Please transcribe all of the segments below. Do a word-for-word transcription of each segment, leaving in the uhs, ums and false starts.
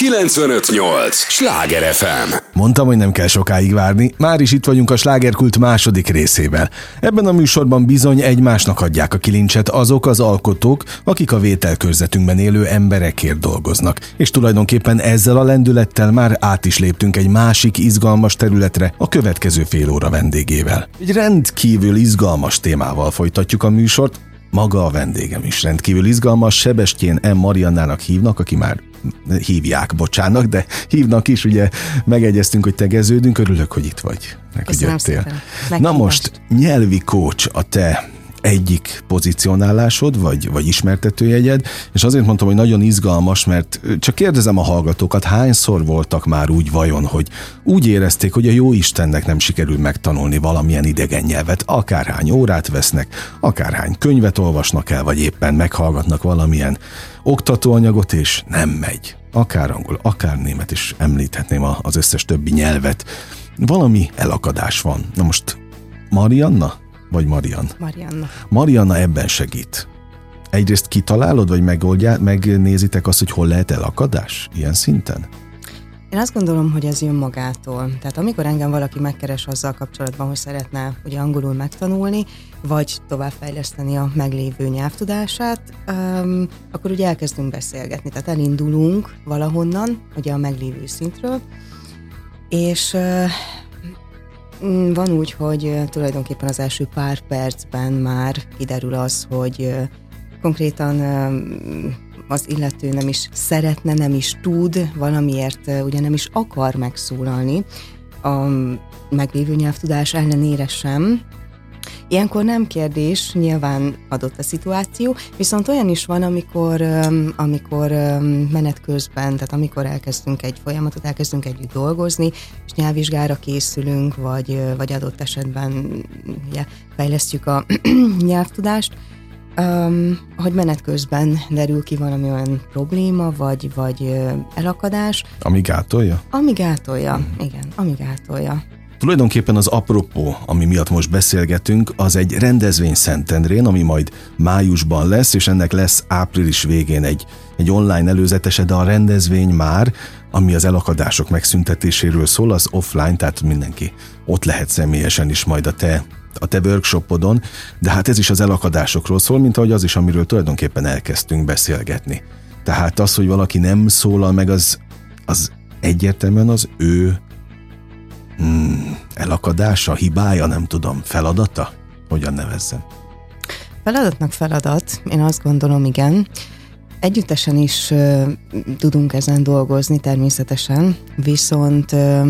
kilencvenöt nyolc Sláger ef em. Mondtam, hogy nem kell sokáig várni, már is itt vagyunk a Slágerkult második részével. Ebben a műsorban bizony egymásnak adják a kilincset azok az alkotók, akik a vételkörzetünkben élő emberekért dolgoznak. És tulajdonképpen ezzel a lendülettel már át is léptünk egy másik izgalmas területre a következő fél óra vendégével. Egy rendkívül izgalmas témával folytatjuk a műsort. Maga a vendégem is rendkívül izgalmas, Sebestyén M. Mariannának hívnak, aki már hívják, bocsánat, de hívnak is, ugye megegyeztünk, hogy tegeződünk, örülök, hogy itt vagy. Meg, hogy jöttél. Na most, nyelvi coach a te egyik pozícionálásod, vagy, vagy ismertetőjegyed, és azért mondtam, hogy nagyon izgalmas, mert csak kérdezem a hallgatókat, hányszor voltak már úgy vajon, hogy úgy érezték, hogy a jóistennek nem sikerül megtanulni valamilyen idegen nyelvet, akárhány órát vesznek, akárhány könyvet olvasnak el, vagy éppen meghallgatnak valamilyen oktatóanyagot, és nem megy. Akár angol, akár német, is említhetném az összes többi nyelvet. Valami elakadás van. Na most, Marianna? Vagy Marian? Marianna. Marianna ebben segít. Egyrészt kitalálod, vagy megoldjál, megnézitek azt, hogy hol lehet elakadás ilyen szinten? Én azt gondolom, hogy ez jön magától. Tehát amikor engem valaki megkeres azzal kapcsolatban, hogy szeretne ugye angolul megtanulni, vagy továbbfejleszteni a meglévő nyelvtudását, um, akkor ugye elkezdünk beszélgetni. Tehát elindulunk valahonnan, ugye a meglévő szintről, és uh, van úgy, hogy tulajdonképpen az első pár percben már kiderül az, hogy konkrétan az illető nem is szeretne, nem is tud, valamiért ugye nem is akar megszólalni a meglévő nyelvtudás ellenére sem. Ilyenkor nem kérdés, nyilván adott a szituáció, viszont olyan is van, amikor, amikor menet közben, tehát amikor elkezdünk egy folyamatot, elkezdünk együtt dolgozni, és nyelvvizsgára készülünk, vagy, vagy adott esetben ugye, fejlesztjük a nyelvtudást, um, hogy menet közben derül ki valami olyan probléma, vagy, vagy elakadás. Ami gátolja? Ami gátolja, hmm. igen, ami gátolja. Tulajdonképpen az apropó, ami miatt most beszélgetünk, az egy rendezvény Szentendrén, ami majd májusban lesz, és ennek lesz április végén egy, egy online előzetese, de a rendezvény már, ami az elakadások megszüntetéséről szól, az offline, tehát mindenki ott lehet személyesen is majd a te, a te workshopodon, de hát ez is az elakadásokról szól, mint ahogy az is, amiről tulajdonképpen elkezdtünk beszélgetni. Tehát az, hogy valaki nem szólal meg, az, az egyértelműen az ő Hmm, elakadása, hibája, nem tudom, feladata? Hogyan nevezzem? Feladatnak feladat, én azt gondolom, igen. Együttesen is uh, tudunk ezen dolgozni természetesen, viszont uh,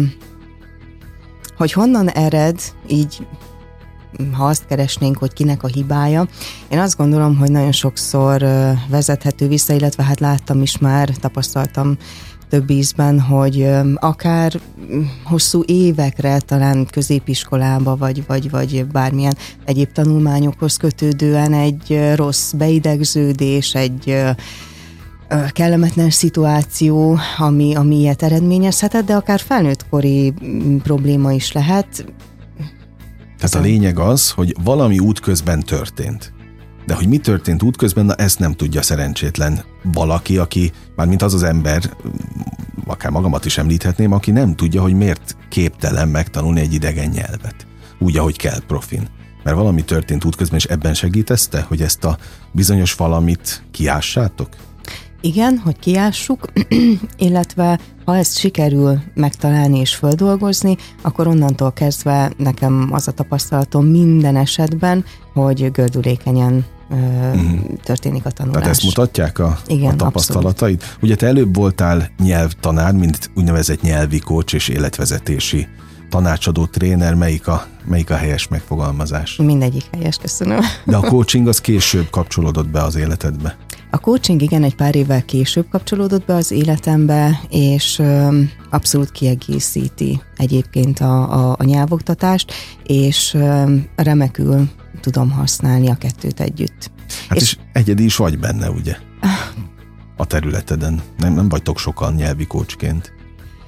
hogy honnan ered, így ha azt keresnénk, hogy kinek a hibája, én azt gondolom, hogy nagyon sokszor uh, vezethető vissza, illetve hát láttam is már, tapasztaltam több ízben, hogy akár hosszú évekre, talán középiskolába, vagy, vagy, vagy bármilyen egyéb tanulmányokhoz kötődően egy rossz beidegződés, egy kellemetlen szituáció, ami, ami ilyet eredményezhetett, de akár felnőttkori probléma is lehet. Tehát a lényeg az, hogy valami útközben történt. De hogy mi történt útközben, na ezt nem tudja szerencsétlen valaki, aki, mármint az az ember, akár magamat is említhetném, aki nem tudja, hogy miért képtelen megtanulni egy idegen nyelvet. Úgy, ahogy kell profin. Mert valami történt útközben, és ebben segítesz te, hogy ezt a bizonyos valamit kiássátok? Igen, hogy kiássuk, illetve ha ezt sikerül megtalálni és földolgozni, akkor onnantól kezdve nekem az a tapasztalatom minden esetben, hogy gördülékenyen ö, mm. történik a tanulás. Tehát ezt mutatják a, Igen, a tapasztalataid? Abszolút. Ugye te előbb voltál nyelvtanár, mint úgynevezett nyelvi coach és életvezetési tanácsadó tréner, melyik a, melyik a helyes megfogalmazás? Mindegyik helyes, köszönöm. De a coaching az később kapcsolódott be az életedbe? A coaching igen, egy pár évvel később kapcsolódott be az életembe, és ö, abszolút kiegészíti egyébként a, a, a nyelvoktatást, és ö, remekül tudom használni a kettőt együtt. Hát és, és egyedi is vagy benne, ugye? A területeden. Nem, nem vagytok sokan nyelvi coachként.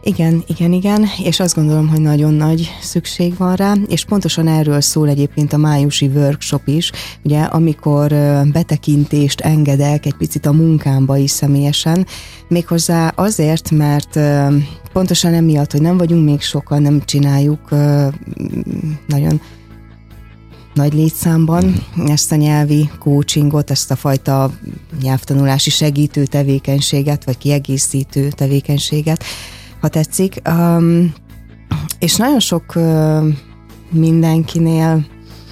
Igen, igen, igen, és azt gondolom, hogy nagyon nagy szükség van rá, és pontosan erről szól egyébként a májusi workshop is, ugye amikor betekintést engedek egy picit a munkámba is személyesen, méghozzá azért, mert pontosan emiatt, hogy nem vagyunk még sokan, nem csináljuk nagyon nagy létszámban ezt a nyelvi coachingot, ezt a fajta nyelvtanulási segítő tevékenységet, vagy kiegészítő tevékenységet, ha tetszik. Um, és nagyon sok uh, mindenkinél,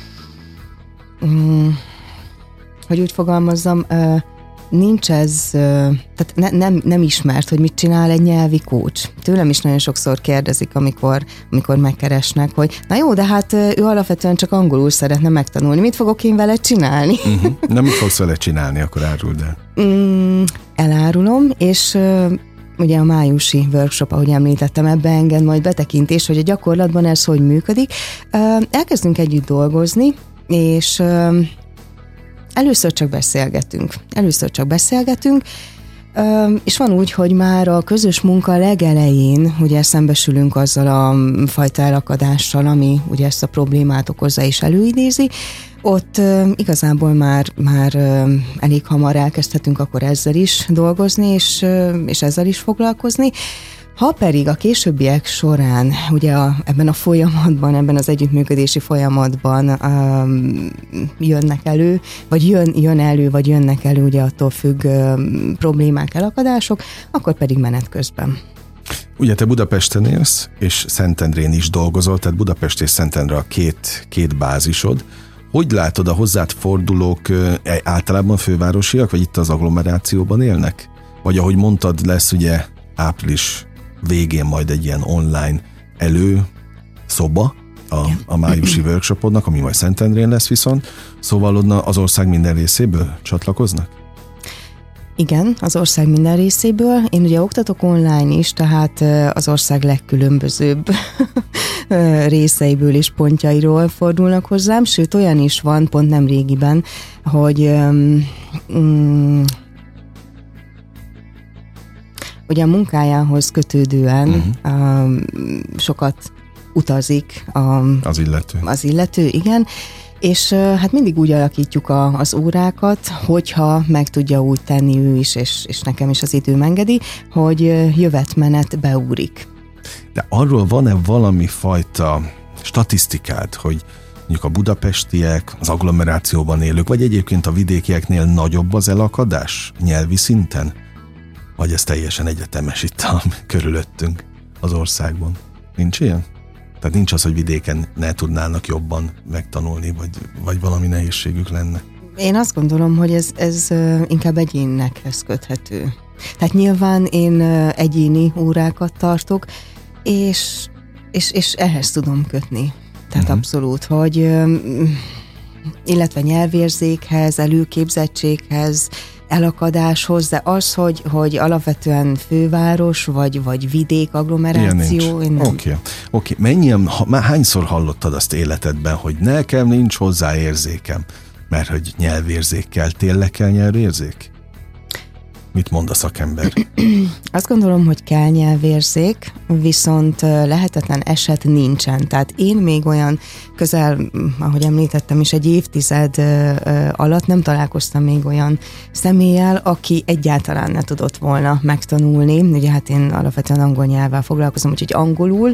um, hogy úgy fogalmazzam, uh, nincs ez, uh, tehát ne, nem, nem ismert, hogy mit csinál egy nyelvi coach. Tőlem is nagyon sokszor kérdezik, amikor, amikor megkeresnek, hogy na jó, de hát ő alapvetően csak angolul szeretne megtanulni. Mit fogok én vele csinálni? Uh-huh. Nem mit fogsz vele csinálni, akkor áruld el. Mm, elárulom, és uh, ugye a májusi workshop, ahogy említettem, ebbe enged majd betekintés, hogy a gyakorlatban ez hogy működik. Uh, elkezdünk együtt dolgozni, és uh, először csak beszélgetünk. Először csak beszélgetünk, és van úgy, hogy már a közös munka legelején ugye szembesülünk azzal a fajta elakadással, ami ugye ezt a problémát okozza és előidézi. Ott igazából már, már elég hamar elkezdhetünk akkor ezzel is dolgozni, és, és ezzel is foglalkozni. Ha pedig a későbbiek során, ugye a, ebben a folyamatban, ebben az együttműködési folyamatban um, jönnek elő, vagy jön, jön elő, vagy jönnek elő, ugye attól függ um, problémák, elakadások, akkor pedig menet közben. Ugye te Budapesten élsz, és Szentendrén is dolgozol, tehát Budapest és Szentendre a két, két bázisod. Hogy látod, a hozzád fordulók általában fővárosiak, vagy itt az agglomerációban élnek? Vagy ahogy mondtad, lesz ugye április végén majd egy ilyen online elő szoba a, a májusi workshopodnak, ami majd Szentendrén lesz viszont. Szóval az ország minden részéből csatlakoznak? Igen, az ország minden részéből. Én ugye oktatok online is, tehát az ország legkülönbözőbb részeiből és pontjairól fordulnak hozzám, sőt olyan is van, pont nem régiben, hogy um, ugye a munkájához kötődően uh-huh. um, sokat utazik a, az illető. Az illető, igen, és uh, hát mindig úgy alakítjuk a, az órákat, hogyha meg tudja úgy tenni ő is, és, és nekem is az időm engedi, hogy uh, jövetmenet beúrik. De arról van-e valami fajta statisztikád, hogy mondjuk a budapestiek, az agglomerációban élők, vagy egyébként a vidékieknél nagyobb az elakadás nyelvi szinten? Vagy ez teljesen egyetemes itt a körülöttünk az országban? Nincs ilyen? Tehát nincs az, hogy vidéken ne tudnának jobban megtanulni, vagy, vagy valami nehézségük lenne? Én azt gondolom, hogy ez, ez inkább egyénekhez köthető. Tehát nyilván én egyéni órákat tartok, és, és, és ehhez tudom kötni. Tehát uh-huh. abszolút, hogy illetve nyelvérzékhez, előképzettséghez, elakadáshoz, de az, hogy, hogy alapvetően főváros, vagy, vagy vidék, agglomeráció. Oké, oké. Okay. Mennyien, már hányszor hallottad azt életedben, hogy nekem nincs hozzá érzékem, mert hogy nyelvérzékkel, tényleg kell nyelvérzék? Mit mond a szakember? Azt gondolom, hogy kell nyelvérzék, viszont lehetetlen eset nincsen. Tehát én még olyan közel, ahogy említettem is, egy évtized alatt nem találkoztam még olyan személlyel, aki egyáltalán ne tudott volna megtanulni. Ugye hát én alapvetően angol nyelvvel foglalkozom, úgyhogy angolul.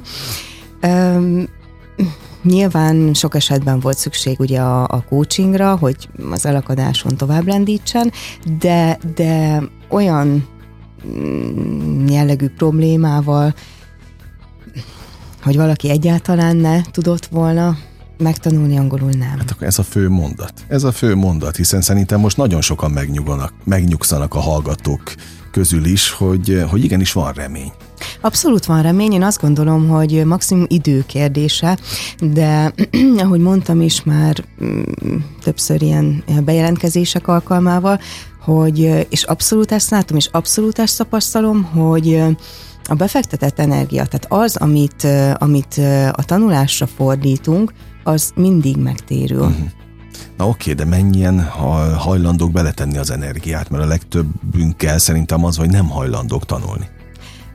Nyilván sok esetben volt szükség ugye a, a coachingra, hogy az elakadáson tovább lendítsen, de, de olyan jellegű problémával, hogy valaki egyáltalán ne tudott volna megtanulni angolul, nem. Hát akkor ez a fő mondat. Ez a fő mondat, hiszen szerintem most nagyon sokan megnyugodnak, megnyugszanak a hallgatók közül is, hogy, hogy igenis van remény. Abszolút van remény, én azt gondolom, hogy maximum idő kérdése, de ahogy mondtam is már többször ilyen bejelentkezések alkalmával, hogy, és abszolút ezt látom, és abszolút ezt tapasztalom, hogy a befektetett energia, tehát az, amit, amit a tanulásra fordítunk, az mindig megtérül. Uh-huh. Na oké, de mennyien hajlandók beletenni az energiát, mert a legtöbbünkkel szerintem az, hogy nem hajlandók tanulni.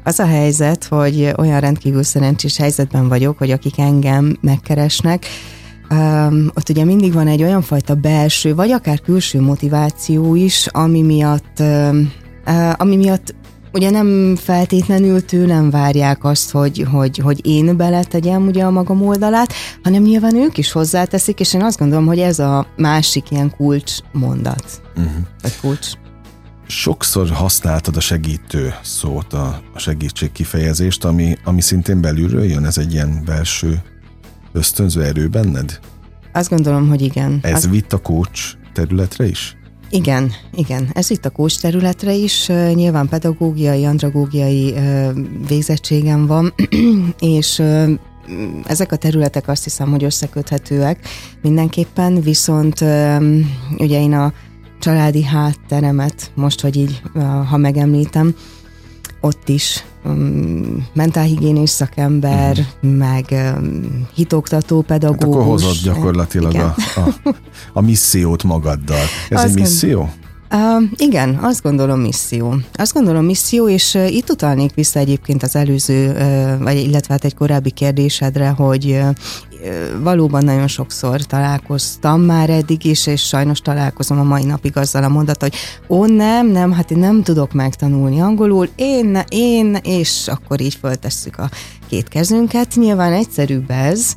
Az a helyzet, hogy olyan rendkívül szerencsés helyzetben vagyok, hogy akik engem megkeresnek, Um, ott ugye mindig van egy olyan fajta belső, vagy akár külső motiváció is, ami miatt, um, uh, ami miatt ugye nem feltétlenül tőlem várják azt, hogy, hogy, hogy én beletegyem ugye a magam oldalát, hanem nyilván ők is hozzáteszik, és én azt gondolom, hogy ez a másik ilyen kulcs mondat, uh-huh. vagy kulcs. Sokszor használtad a segítő szót, a, a segítség kifejezést, ami, ami szintén belülről jön, ez egy ilyen belső ösztönző erő benned? Azt gondolom, hogy igen. Ez Az... vitt a coach területre is? Igen, igen. Ez itt a coach területre is. Nyilván pedagógiai, andragógiai végzettségem van, és ezek a területek azt hiszem, hogy összeköthetőek mindenképpen, viszont ugye én a családi hátteremet most, hogy így, ha megemlítem, ott is um, mentálhigiénés szakember, uh-huh. meg um, hitoktató pedagógus. Hát akkor hozott gyakorlatilag a, a, a missziót magaddal. Ez azt egy misszió? Gond... Uh, igen, azt gondolom misszió. Azt gondolom misszió, és uh, itt utalnék vissza egyébként az előző, uh, vagy illetve hát egy korábbi kérdésedre, hogy uh, valóban nagyon sokszor találkoztam már eddig is, és sajnos találkozom a mai napig azzal a mondat, hogy ó, nem, nem, hát én nem tudok megtanulni angolul, én, én, és akkor így föltesszük a két kezünket. Nyilván egyszerűbb ez,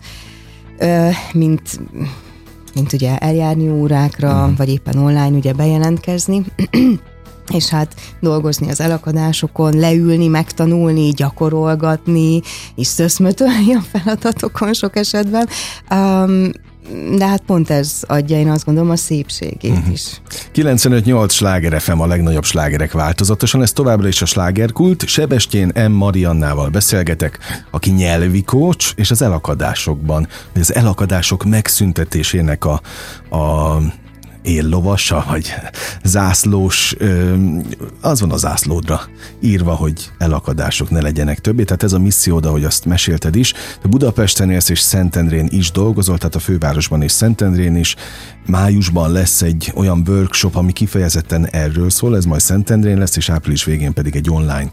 mint, mint ugye eljárni órákra, uh-huh. vagy éppen online ugye bejelentkezni, és hát dolgozni az elakadásokon, leülni, megtanulni, gyakorolgatni, és szöszmötölni a feladatokon sok esetben. Um, de hát pont ez adja, én azt gondolom, a szépségét uh-huh. is. kilencvenöt nyolc Sláger ef em, a legnagyobb slágerek változatosan, ez továbbra is a slágerkult. Sebestyén M. Mariannával beszélgetek, aki nyelvi coach, és az elakadásokban, az elakadások megszüntetésének a, a éllovasa, vagy zászlós, az van a zászlódra írva, hogy elakadások ne legyenek többé, tehát ez a missziód, ahogy azt mesélted is. De Budapesten élsz és Szentendrén is dolgozol, tehát a fővárosban és Szentendrén is. Májusban lesz egy olyan workshop, ami kifejezetten erről szól, ez majd Szentendrén lesz, és április végén pedig egy online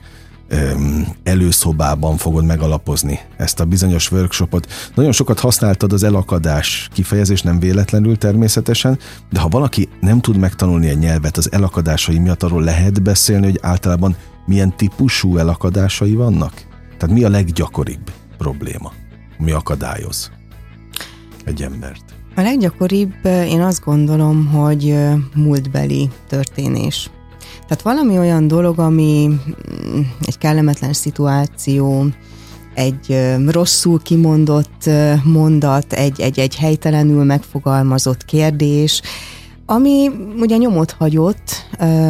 előszobában fogod megalapozni ezt a bizonyos workshopot. Nagyon sokat használtad az elakadás kifejezést, nem véletlenül természetesen, de ha valaki nem tud megtanulni egy nyelvet az elakadásai miatt, arról lehet beszélni, hogy általában milyen típusú elakadásai vannak? Tehát mi a leggyakoribb probléma, ami akadályoz egy embert? A leggyakoribb, én azt gondolom, hogy múltbeli történés. Tehát valami olyan dolog, ami egy kellemetlen szituáció, egy rosszul kimondott mondat, egy, egy, egy helytelenül megfogalmazott kérdés, ami ugye nyomot hagyott,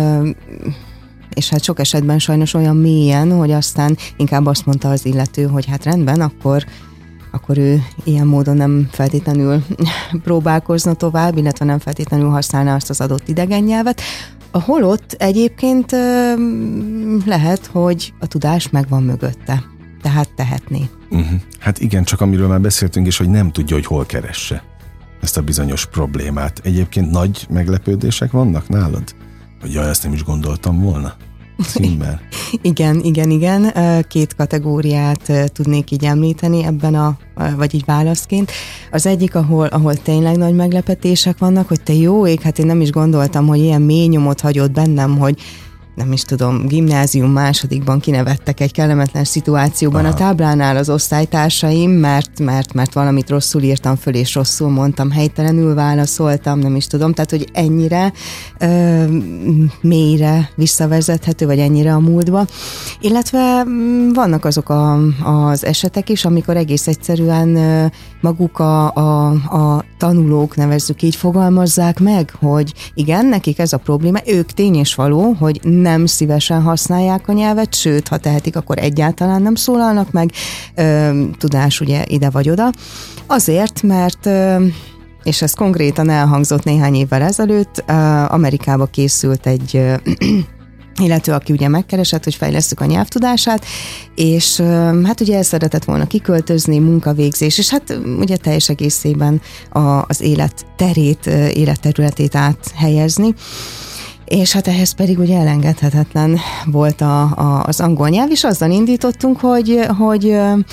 és hát sok esetben sajnos olyan mélyen, hogy aztán inkább azt mondta az illető, hogy hát rendben, akkor, akkor ő ilyen módon nem feltétlenül próbálkozna tovább, illetve nem feltétlenül használná azt az adott idegen nyelvet. A holott egyébként lehet, hogy a tudás megvan mögötte, tehát tehetné. Uh-huh. Hát igen, csak amiről már beszéltünk is, hogy nem tudja, hogy hol keresse ezt a bizonyos problémát. Egyébként nagy meglepődések vannak nálad? Hogy jaj, ezt nem is gondoltam volna címmel. Igen, igen, igen. Két kategóriát tudnék így említeni ebben a, vagy így válaszként. Az egyik, ahol, ahol tényleg nagy meglepetések vannak, hogy te jó ég, hát én nem is gondoltam, hogy ilyen mély nyomot hagyott bennem, hogy nem is tudom, gimnázium másodikban kinevettek egy kellemetlen szituációban Aha. a táblánál az osztálytársaim, mert, mert, mert valamit rosszul írtam föl, és rosszul mondtam, helytelenül válaszoltam, nem is tudom, tehát, hogy ennyire ö, mélyre visszavezethető, vagy ennyire a múltba. Illetve vannak azok a, az esetek is, amikor egész egyszerűen ö, maguk a, a, a tanulók, nevezzük így, fogalmazzák meg, hogy igen, nekik ez a probléma, ők tény és való, hogy nem szívesen használják a nyelvet, sőt, ha tehetik, akkor egyáltalán nem szólalnak meg, ö, tudás ugye ide vagy oda. Azért, mert, ö, és ez konkrétan elhangzott néhány évvel ezelőtt, ö, Amerikába készült egy ö, illető, aki ugye megkeresett, hogy fejlesszük a nyelvtudását, és hát ugye el szeretett volna kiköltözni, munkavégzés, és hát ugye teljes egészében a, az élet terét, életterületét áthelyezni. És hát ehhez pedig ugye elengedhetetlen volt a, a, az angol nyelv, és azzal indítottunk, hogy, hogy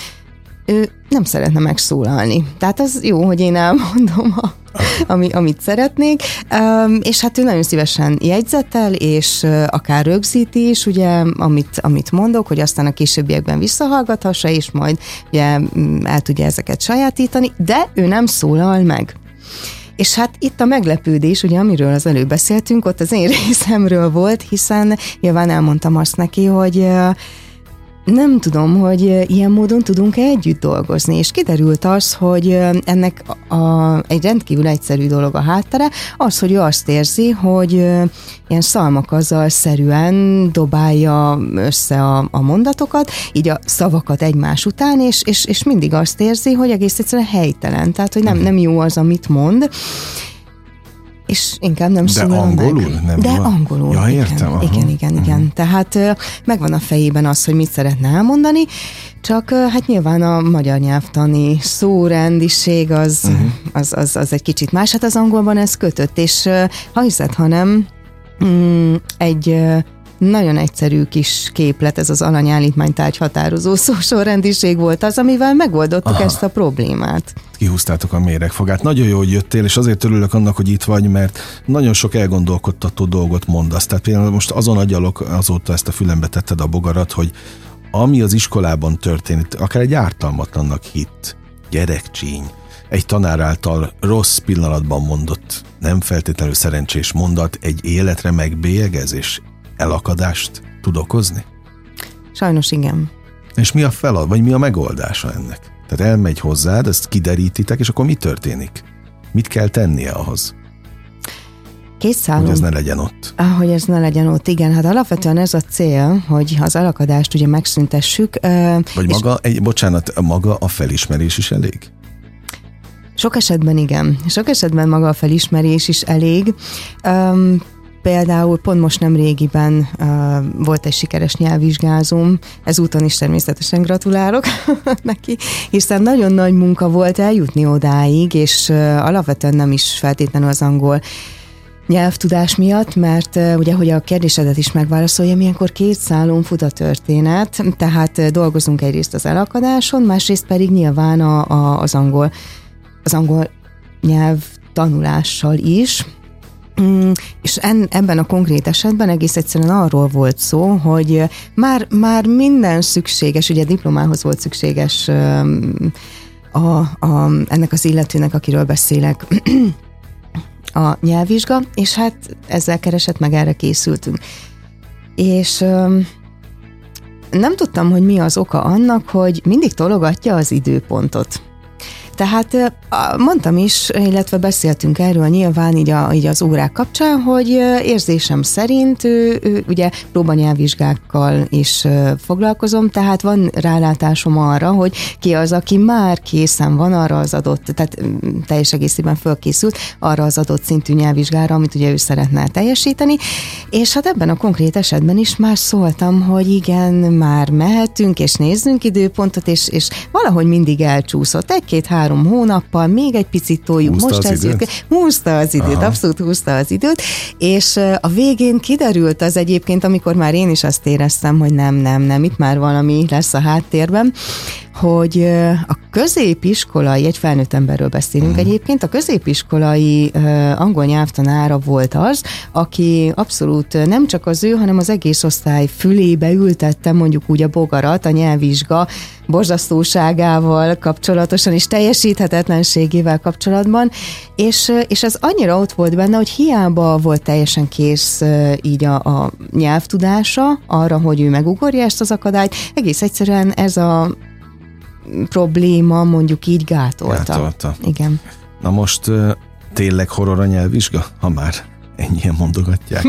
ő nem szeretne megszólalni. Tehát az jó, hogy én elmondom, a, ami, amit szeretnék, és hát ő nagyon szívesen jegyzett el, és akár rögzíti is, ugye, amit, amit mondok, hogy aztán a későbbiekben visszahallgathassa, és majd ugye el tudja ezeket sajátítani, de ő nem szólal meg. És hát itt a meglepődés, ugye amiről az előbb beszéltünk, ott az én részemről volt, hiszen nyilván elmondtam azt neki, hogy nem tudom, hogy ilyen módon tudunk-e együtt dolgozni, és kiderült az, hogy ennek a, egy rendkívül egyszerű dolog a háttere, az, hogy ő azt érzi, hogy ilyen szalmakazzal-szerűen dobálja össze a, a mondatokat, így a szavakat egymás után, és, és, és mindig azt érzi, hogy egész egyszerűen helytelen, tehát, hogy nem, nem jó az, amit mond, és inkább nem szólal meg. De angolul? Nem De van. angolul. Ja, igen, értem. Igen, igen, igen, igen. Uh-huh. Tehát megvan a fejében az, hogy mit szeretne elmondani, csak hát nyilván a magyar nyelvtani szórendiség az, uh-huh. az, az, az egy kicsit más. Hát az angolban ez kötött, és ha hiszed, ha nem, egy nagyon egyszerű kis képlet, ez az alanyállítmánytárgy határozó szósorrendiség volt az, amivel megoldottuk Aha. ezt a problémát. Kihúztátok a méregfogát. Nagyon jó, hogy jöttél, és azért örülök annak, hogy itt vagy, mert nagyon sok elgondolkodtató dolgot mondasz. Tehát például most azon agyalok, azóta ezt a fülembe tetted a bogarat, hogy ami az iskolában történik, akár egy ártalmatlannak hitt gyerekcsíny, egy tanár által rossz pillanatban mondott, nem feltétlenül szerencsés mondat, egy életre megbélyegez és elakadást tud okozni? Sajnos igen. És mi a feladat, vagy mi a megoldása ennek? Tehát elmegy hozzád, ezt kiderítitek, és akkor mi történik? Mit kell tennie ahhoz? Kétszálon. Hogy ez ne legyen ott. Ah, hogy ez ne legyen ott, igen. Hát alapvetően ez a cél, hogy az elakadást ugye megszüntessük. Vagy maga, egy, bocsánat, maga a felismerés is elég? Sok esetben igen. Sok esetben maga a felismerés is elég. Um, Például pont most nem régiben uh, volt egy sikeres nyelvvizsgázóm, ezúton is természetesen gratulálok neki, hiszen nagyon nagy munka volt eljutni odáig, és uh, alapvetően nem is feltétlenül az angol nyelvtudás miatt, mert uh, ugye, hogy a kérdésedet is megválaszolja, milyenkor két szálon fut a történet, tehát uh, dolgozunk egyrészt az elakadáson, másrészt pedig nyilván a, a, az angol, az angol nyelv tanulással is. Mm, és en, ebben a konkrét esetben egész egyszerűen arról volt szó, hogy már, már minden szükséges, ugye diplomához volt szükséges a, a, ennek az illetőnek, akiről beszélek, a nyelvvizsga, és hát ezzel keresett, meg erre készültünk. És nem tudtam, hogy mi az oka annak, hogy mindig tologatja az időpontot. Tehát mondtam is, illetve beszéltünk erről nyilván így, a, így az órák kapcsán, hogy érzésem szerint ő, ő, ugye próbanyelvvizsgákkal is foglalkozom, tehát van rálátásom arra, hogy ki az, aki már készen van arra az adott, tehát teljes egészében fölkészült arra az adott szintű nyelvvizsgára, amit ugye ő szeretne teljesíteni, és hát ebben a konkrét esetben is már szóltam, hogy igen, már mehetünk, és nézzünk időpontot, és, és valahogy mindig elcsúszott, egy-két-három hónappal, még egy picit toljuk. Húzta most az ez időt? Húzta az időt, Aha. abszolút húzta az időt, és a végén kiderült az egyébként, amikor már én is azt éreztem, hogy nem, nem, nem, itt már valami lesz a háttérben, hogy a középiskolai, egy felnőtt emberről beszélünk uh-huh. egyébként, a középiskolai uh, angol nyelvtanára volt az, aki abszolút nem csak az ő, hanem az egész osztály fülébe ültette mondjuk úgy a bogarat, a nyelvvizsga borzasztóságával kapcsolatosan és teljesíthetetlenségével kapcsolatban, és, és ez annyira ott volt benne, hogy hiába volt teljesen kész így a, a nyelvtudása arra, hogy ő megugorja ezt az akadályt, egész egyszerűen ez a probléma mondjuk így gátolta. Gátolta. Igen. Na most tényleg horror a nyelvvizsga, ha már ennyien mondogatják?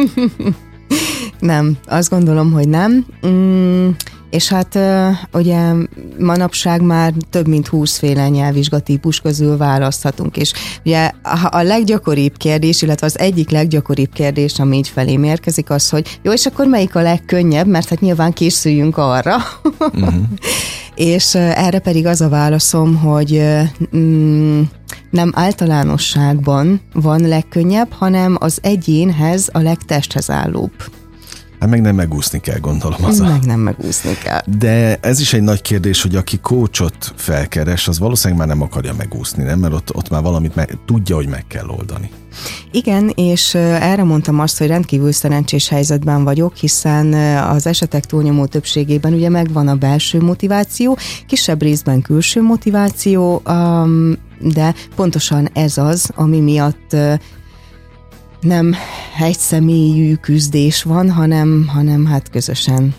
Nem, azt gondolom, hogy nem. Mm, és hát ugye manapság már több mint húszféle nyelvvizsgatípus közül választhatunk, és ugye a leggyakoribb kérdés, illetve az egyik leggyakoribb kérdés, ami így felém érkezik, az, hogy jó, és akkor melyik a legkönnyebb, mert hát nyilván készüljünk arra. Uh-huh. És erre pedig az a válaszom, hogy mm, nem általánosságban van legkönnyebb, hanem az egyénhez a legtesthez állóbb. Hát meg nem megúszni kell, gondolom. Az meg a... nem megúszni kell. De ez is egy nagy kérdés, hogy aki coachot felkeres, az valószínűleg már nem akarja megúszni, nem? Mert ott, ott már valamit meg, tudja, hogy meg kell oldani. Igen, és erre mondtam azt, hogy rendkívül szerencsés helyzetben vagyok, hiszen az esetek túlnyomó többségében ugye megvan a belső motiváció, kisebb részben külső motiváció, de pontosan ez az, ami miatt nem egyszemélyű küzdés van, hanem, hanem hát közösen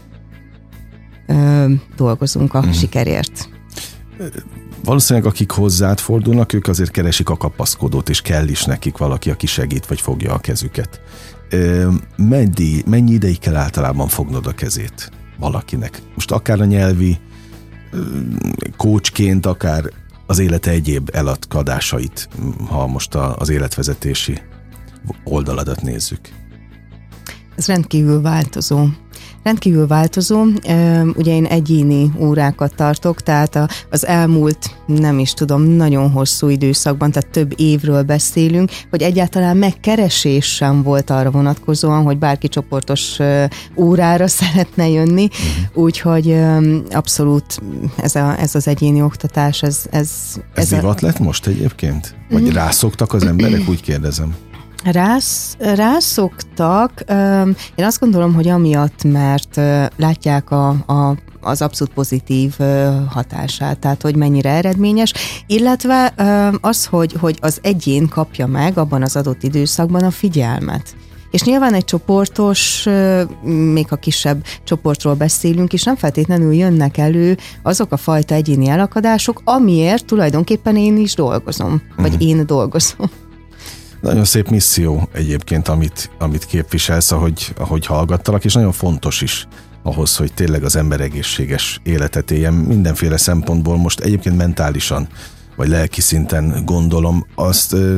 ö, dolgozunk a uh-huh. sikerért. Valószínűleg akik hozzád fordulnak, ők azért keresik a kapaszkodót, és kell is nekik valaki, aki segít, vagy fogja a kezüket. Mennyi, mennyi ideig kell általában fognod a kezét valakinek? Most akár a nyelvi coachként, akár az élete egyéb eladkadásait, ha most az életvezetési oldaladat nézzük. Ez rendkívül változó. Rendkívül változó. Ugye én egyéni órákat tartok, tehát az elmúlt, nem is tudom, nagyon hosszú időszakban, tehát több évről beszélünk, hogy egyáltalán megkeresés sem volt arra vonatkozóan, hogy bárki csoportos órára szeretne jönni, uh-huh. úgyhogy abszolút ez, a, ez az egyéni oktatás, ez... Ez, ez, ez divat a... lett most egyébként? Vagy uh-huh. rászoktak az emberek, úgy kérdezem? Rász, rászoktak. Én azt gondolom, hogy amiatt, mert látják a, a, az abszolút pozitív hatását, tehát hogy mennyire eredményes, illetve az, hogy, hogy az egyén kapja meg abban az adott időszakban a figyelmet. És nyilván egy csoportos, még ha kisebb csoportról beszélünk, és nem feltétlenül jönnek elő azok a fajta egyéni elakadások, amiért tulajdonképpen én is dolgozom, vagy uh-huh. én dolgozom. Nagyon szép misszió egyébként, amit, amit képviselsz, ahogy, ahogy hallgattalak, és nagyon fontos is ahhoz, hogy tényleg az ember egészséges életet éljen mindenféle szempontból. Most egyébként mentálisan, vagy lelki szinten gondolom, azt ö,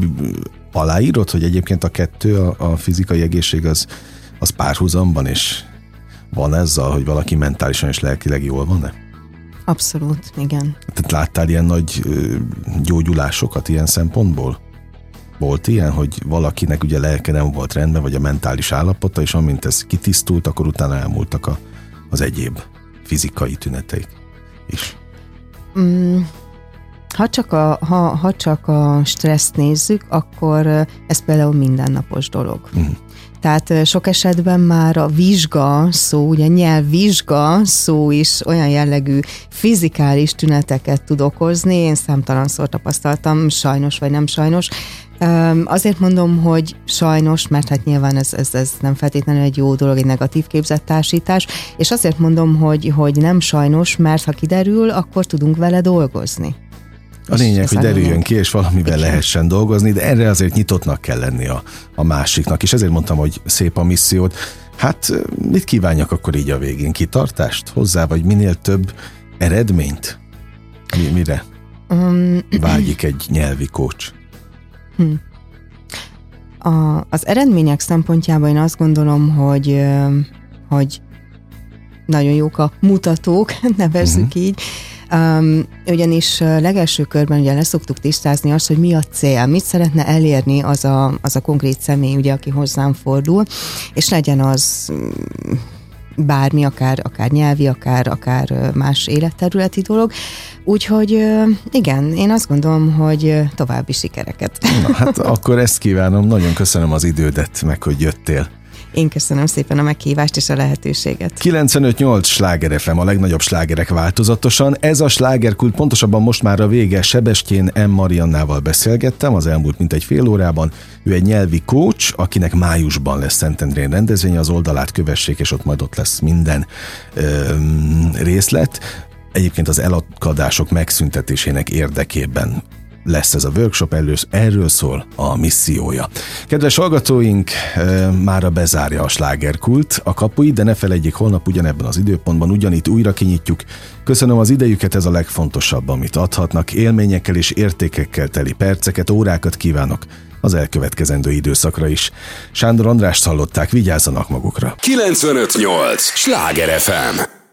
aláírod, hogy egyébként a kettő, a, a fizikai egészség az, az párhuzamban, és van ezzel, hogy valaki mentálisan és lelkileg jól van-e? Abszolút, igen. Tehát láttál ilyen nagy ö, gyógyulásokat ilyen szempontból? Volt ilyen, hogy valakinek ugye lelke nem volt rendben, vagy a mentális állapota, és amint ez kitisztult, akkor utána elmúltak a, az egyéb fizikai tüneteik is. Mm, ha, csak a, ha, ha csak a stresszt nézzük, akkor ez például mindennapos dolog. Mm. Tehát sok esetben már a vizsga szó, ugye nyelvvizsga szó is olyan jellegű fizikális tüneteket tud okozni. Én számtalanszor tapasztaltam, sajnos vagy nem sajnos. Azért mondom, hogy sajnos, mert hát nyilván ez, ez, ez nem feltétlenül egy jó dolog, egy negatív képzettársítás, és azért mondom, hogy, hogy nem sajnos, mert ha kiderül, akkor tudunk vele dolgozni. A lényeg, hogy derüljön ki, és valamivel lehessen dolgozni, de erre azért nyitottnak kell lenni a, a másiknak, és ezért mondtam, hogy szép a missziót. Hát mit kívánjak akkor így a végén? Kitartást hozzá, vagy minél több eredményt? Mi, mire um, vágyik egy nyelvi coach? Hm. A, az eredmények szempontjában én azt gondolom, hogy, hogy nagyon jók a mutatók, nevezzük uh-huh. így, Um, ugyanis legelső körben ugye leszoktuk tisztázni azt, hogy mi a cél, mit szeretne elérni az a, az a konkrét személy, ugye, aki hozzám fordul, és legyen az bármi, akár, akár nyelvi, akár, akár más életterületi dolog. Úgyhogy igen, én azt gondolom, hogy további sikereket. Na, hát akkor ezt kívánom, nagyon köszönöm az idődet, meg hogy jöttél. Én köszönöm szépen a meghívást és a lehetőséget. kilencvenöt nyolc Sláger ef em, a legnagyobb slágerek változatosan. Ez a slágerkult, pontosabban most már a vége. Sebestyén M. Mariannával beszélgettem az elmúlt mintegy fél órában. Ő egy nyelvi coach, akinek májusban lesz Szentendrén rendezvénye, az oldalát kövessék, és ott majd ott lesz minden öm, részlet. Egyébként az elakadások megszüntetésének érdekében lesz ez a workshop, erről, erről szól a missziója. Kedves hallgatóink, e, mára bezárja a slágerkult a kapuit, de ne felejtjék, holnap ugyanebben az időpontban ugyanitt újra kinyitjuk. Köszönöm az idejüket, ez a legfontosabb, amit adhatnak. Élményekkel és értékekkel teli perceket, órákat kívánok az elkövetkezendő időszakra is. Sándor Andrást hallották, vigyázzanak magukra. kilencvenöt nyolc Sláger ef em